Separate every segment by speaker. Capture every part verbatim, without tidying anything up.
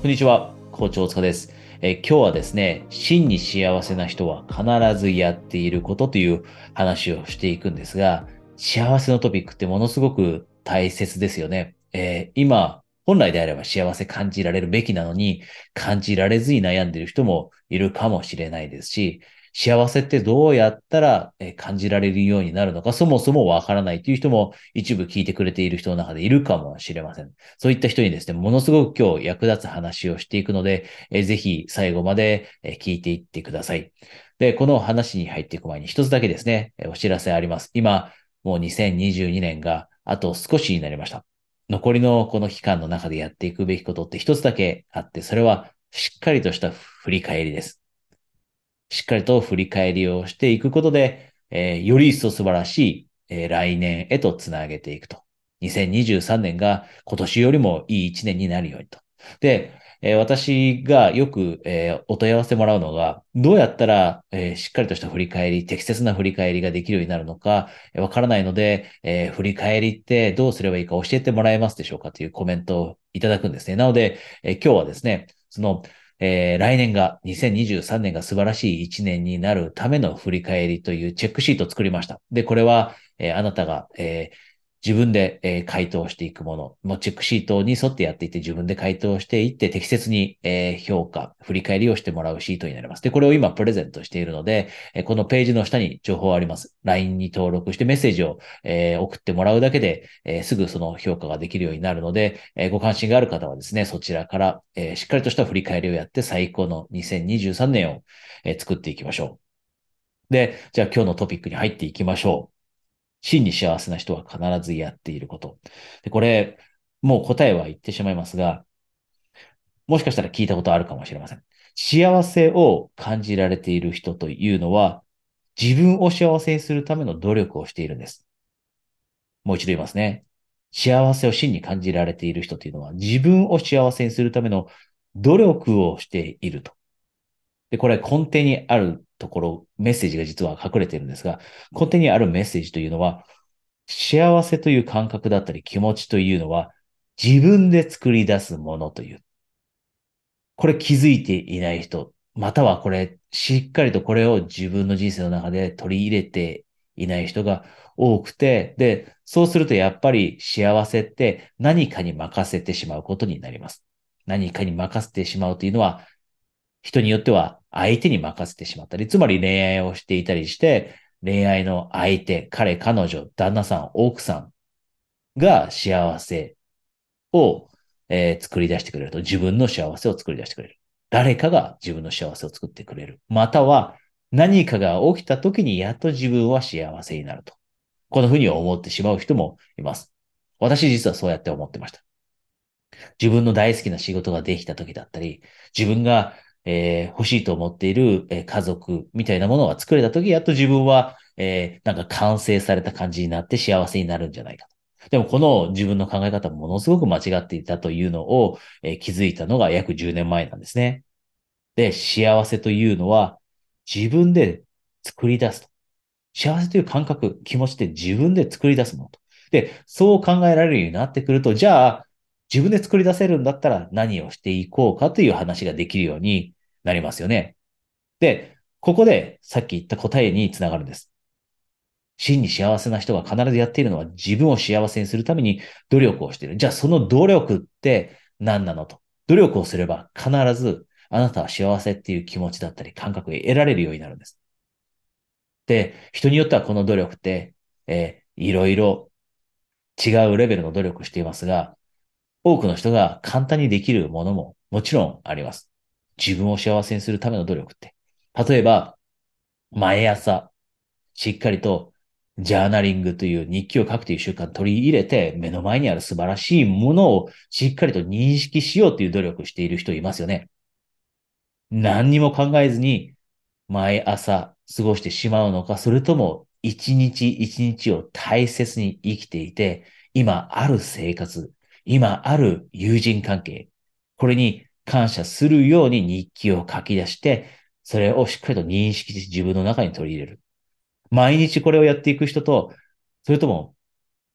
Speaker 1: こんにちは、校長塚です。えー今日はですね、真に幸せな人は必ずやっていることという話をしていくんですが、幸せのトピックってものすごく大切ですよね。えー今、本来であれば幸せ感じられるべきなのに、感じられずに悩んでいる人もいるかもしれないですし、幸せってどうやったらえー感じられるようになるのか、そもそもわからないという人も一部聞いてくれている人の中でいるかもしれません。そういった人にですね、ものすごく今日役立つ話をしていくので、えーぜひ最後までえー聞いていってください。で、この話に入っていく前に一つだけですね、えーお知らせあります。今、もうにせんにじゅうにねんがあと少しになりました。残りのこの期間の中でやっていくべきことって一つだけあって、それはしっかりとした振り返りです。しっかりと振り返りをしていくことで、えーより一層素晴らしい、えー来年へとつなげていくと。にせんにじゅうさんねんが今年よりもいいいちねんになるようにと。で、えー私がよく、えーお問い合わせもらうのが、どうやったら、えーしっかりとした振り返り、適切な振り返りができるようになるのか、えーわからないので、えー振り返りってどうすればいいか教えてもらえますでしょうかというコメントをいただくんですね。なので、えー今日はですね、そのえー来年が、にせんにじゅうさんねんが素晴らしいいちねんになるための振り返りというチェックシートを作りました。で、これは、えーあなたが、えー自分で、えー回答していくもの、もうチェックシートに沿ってやっていって自分で回答していって適切に、えー評価、振り返りをしてもらうシートになります。で、これを今プレゼントしているので、えーこのページの下に情報あります。ライン に登録してメッセージを、えー送ってもらうだけで、えーすぐその評価ができるようになるので、えーご関心がある方はですね、そちらから、えーしっかりとした振り返りをやって最高のにせんにじゅうさんねんを、えー作っていきましょう。で、じゃあ今日のトピックに入っていきましょう。真に幸せな人は必ずやっていること。で、これ、もう答えは言ってしまいますが、もしかしたら聞いたことあるかもしれません。幸せを感じられている人というのは、自分を幸せにするための努力をしているんです。もう一度言いますね。幸せを真に感じられている人というのは、自分を幸せにするための努力をしていると。で、これ根底にあるところ、メッセージが実は隠れているんですが、根底にあるメッセージというのは、幸せという感覚だったり気持ちというのは、自分で作り出すものという。これ気づいていない人、またはこれ、しっかりとこれを自分の人生の中で取り入れていない人が多くて、で、そうするとやっぱり幸せって何かに任せてしまうことになります。何かに任せてしまうというのは、人によっては相手に任せてしまったり、つまり恋愛をしていたりして、恋愛の相手、彼、彼女、旦那さん、奥さんが幸せを、えー作り出してくれると。自分の幸せを作り出してくれる。誰かが自分の幸せを作ってくれる。または、何かが起きた時にやっと自分は幸せになると。このふうに思ってしまう人もいます。私実はそうやって思ってました。自分の大好きな仕事ができた時だったり、自分が、えー欲しいと思っている、えー家族みたいなものが作れた時、やっと自分は、えーなんか完成された感じになって幸せになるんじゃないかと。でもこの自分の考え方もものすごく間違っていたというのを、えー気づいたのが約じゅうねんまえなんですね。で、幸せというのは自分で作り出すと。幸せという感覚、気持ちって自分で作り出すものと。で、そう考えられるようになってくると、じゃあ、自分で作り出せるんだったら何をしていこうかという話ができるようになりますよね。で、ここでさっき言った答えにつながるんです。真に幸せな人が必ずやっているのは自分を幸せにするために努力をしている。じゃあその努力って何なのと。努力をすれば必ずあなたは幸せっていう気持ちだったり感覚が得られるようになるんです。で、人によってはこの努力って、えーいろいろ違うレベルの努力をしていますが、多くの人が簡単にできるものももちろんあります。自分を幸せにするための努力って。例えば、毎朝、しっかりと、ジャーナリングという日記を書くという習慣を取り入れて、目の前にある素晴らしいものをしっかりと認識しようという努力をしている人いますよね。何にも考えずに、毎朝過ごしてしまうのか、それとも一日一日を大切に生きていて、今ある生活、今ある友人関係、これに感謝するように日記を書き出して、それをしっかりと認識して自分の中に取り入れる。毎日これをやっていく人と、それとも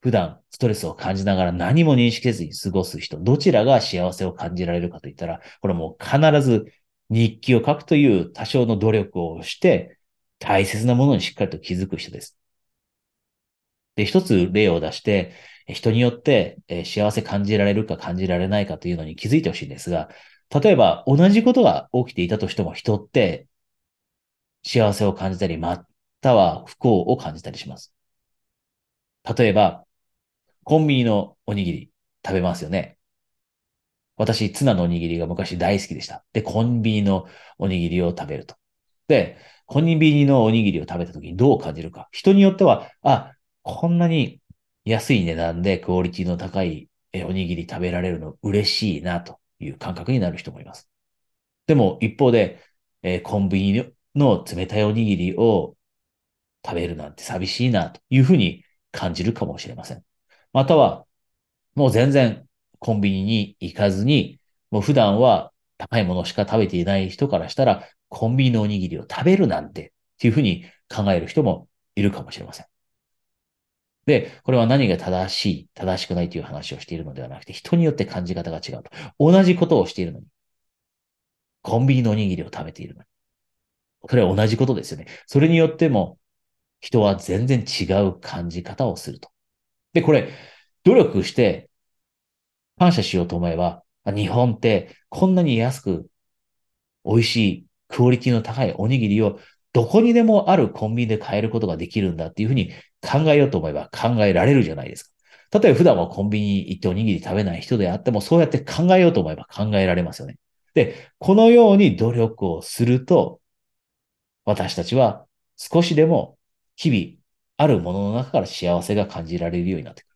Speaker 1: 普段ストレスを感じながら何も認識せずに過ごす人、どちらが幸せを感じられるかといったら、これもう必ず日記を書くという多少の努力をして、大切なものにしっかりと気づく人です。で、一つ例を出して、人によって幸せ感じられるか感じられないかというのに気づいてほしいんですが、例えば同じことが起きていたとしても人って幸せを感じたり、または不幸を感じたりします。例えば、コンビニのおにぎり食べますよね。私、ツナのおにぎりが昔大好きでした。で、コンビニのおにぎりを食べると。で、コンビニのおにぎりを食べた時にどう感じるか。人によっては、あ、こんなに安い値段でクオリティの高いおにぎり食べられるの嬉しいなという感覚になる人もいます。でも一方で、えーコンビニの冷たいおにぎりを食べるなんて寂しいなというふうに感じるかもしれません。または、もう全然コンビニに行かずに、もう普段は高いものしか食べていない人からしたら、コンビニのおにぎりを食べるなんてっていうふうに考える人もいるかもしれません。で、これは何が正しい、正しくないという話をしているのではなくて、人によって感じ方が違うと。同じことをしているのに、コンビニのおにぎりを食べているのに。それは同じことですよね。それによっても、人は全然違う感じ方をすると。で、これ、努力して感謝しようと思えば、日本ってこんなに安く美味しいクオリティの高いおにぎりをどこにでもあるコンビニで買えることができるんだっていうふうに考えようと思えば考えられるじゃないですか。例えば普段はコンビニに行っておにぎり食べない人であっても、そうやって考えようと思えば考えられますよね。で、このように努力をすると、私たちは少しでも日々あるものの中から幸せが感じられるようになってくる。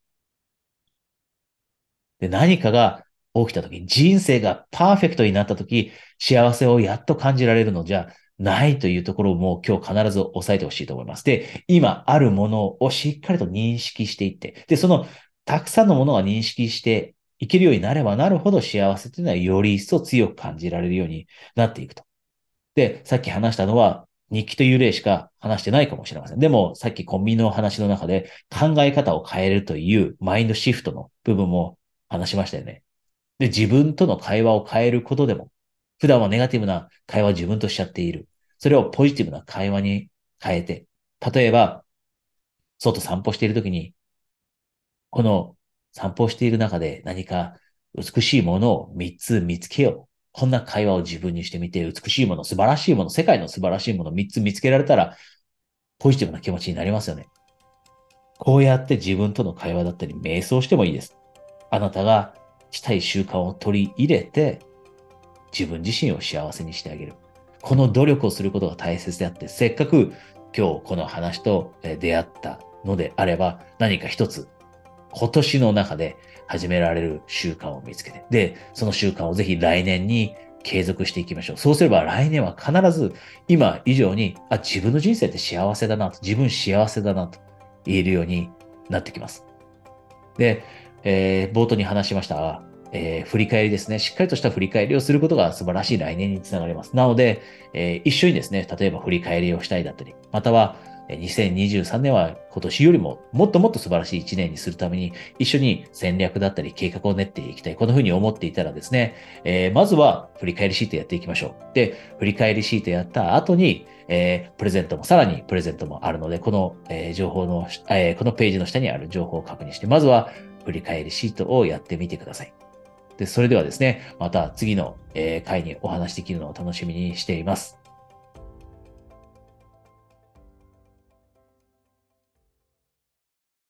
Speaker 1: で、何かが起きたとき、人生がパーフェクトになったとき、幸せをやっと感じられるのじゃないというところも今日必ず押さえてほしいと思います。で、今あるものをしっかりと認識していって、で、そのたくさんのものが認識していけるようになればなるほど幸せというのはより一層強く感じられるようになっていくと。で、さっき話したのは、日記という例しか話してないかもしれません。でも、さっきコンビニの話の中で考え方を変えるというマインドシフトの部分も話しましたよね。で、自分との会話を変えることでも、普段はネガティブな会話を自分としちゃっている。それをポジティブな会話に変えて、例えば、外散歩しているときに、この散歩をしている中で何か美しいものをみっつ見つけよう。こんな会話を自分にしてみて、美しいもの、素晴らしいもの、世界の素晴らしいものをみっつ見つけられたら、ポジティブな気持ちになりますよね。こうやって自分との会話だったり、瞑想してもいいです。あなたがしたい習慣を取り入れて、自分自身を幸せにしてあげる。この努力をすることが大切であって、せっかく今日この話と出会ったのであれば、何か一つ今年の中で始められる習慣を見つけて、で、その習慣をぜひ来年に継続していきましょう。そうすれば来年は必ず今以上に、あ、自分の人生って幸せだなと、自分幸せだなと言えるようになってきます。で、えー冒頭に話しましたが、えー振り返りですね。しっかりとした振り返りをすることが素晴らしい来年につながります。なので、えー一緒にですね、例えば振り返りをしたいだったり、または、えーにせんにじゅうさんねんは今年よりももっともっと素晴らしいいちねんにするために、一緒に戦略だったり計画を練っていきたい。こんな風に思っていたらですね、えーまずは振り返りシートやっていきましょう。で、振り返りシートやった後に、えープレゼントも、さらにプレゼントもあるので、この、えー情報の、えーこのページの下にある情報を確認して、まずは振り返りシートをやってみてください。で、それではですね、また次の、えー回にお話しできるのを楽しみにしています。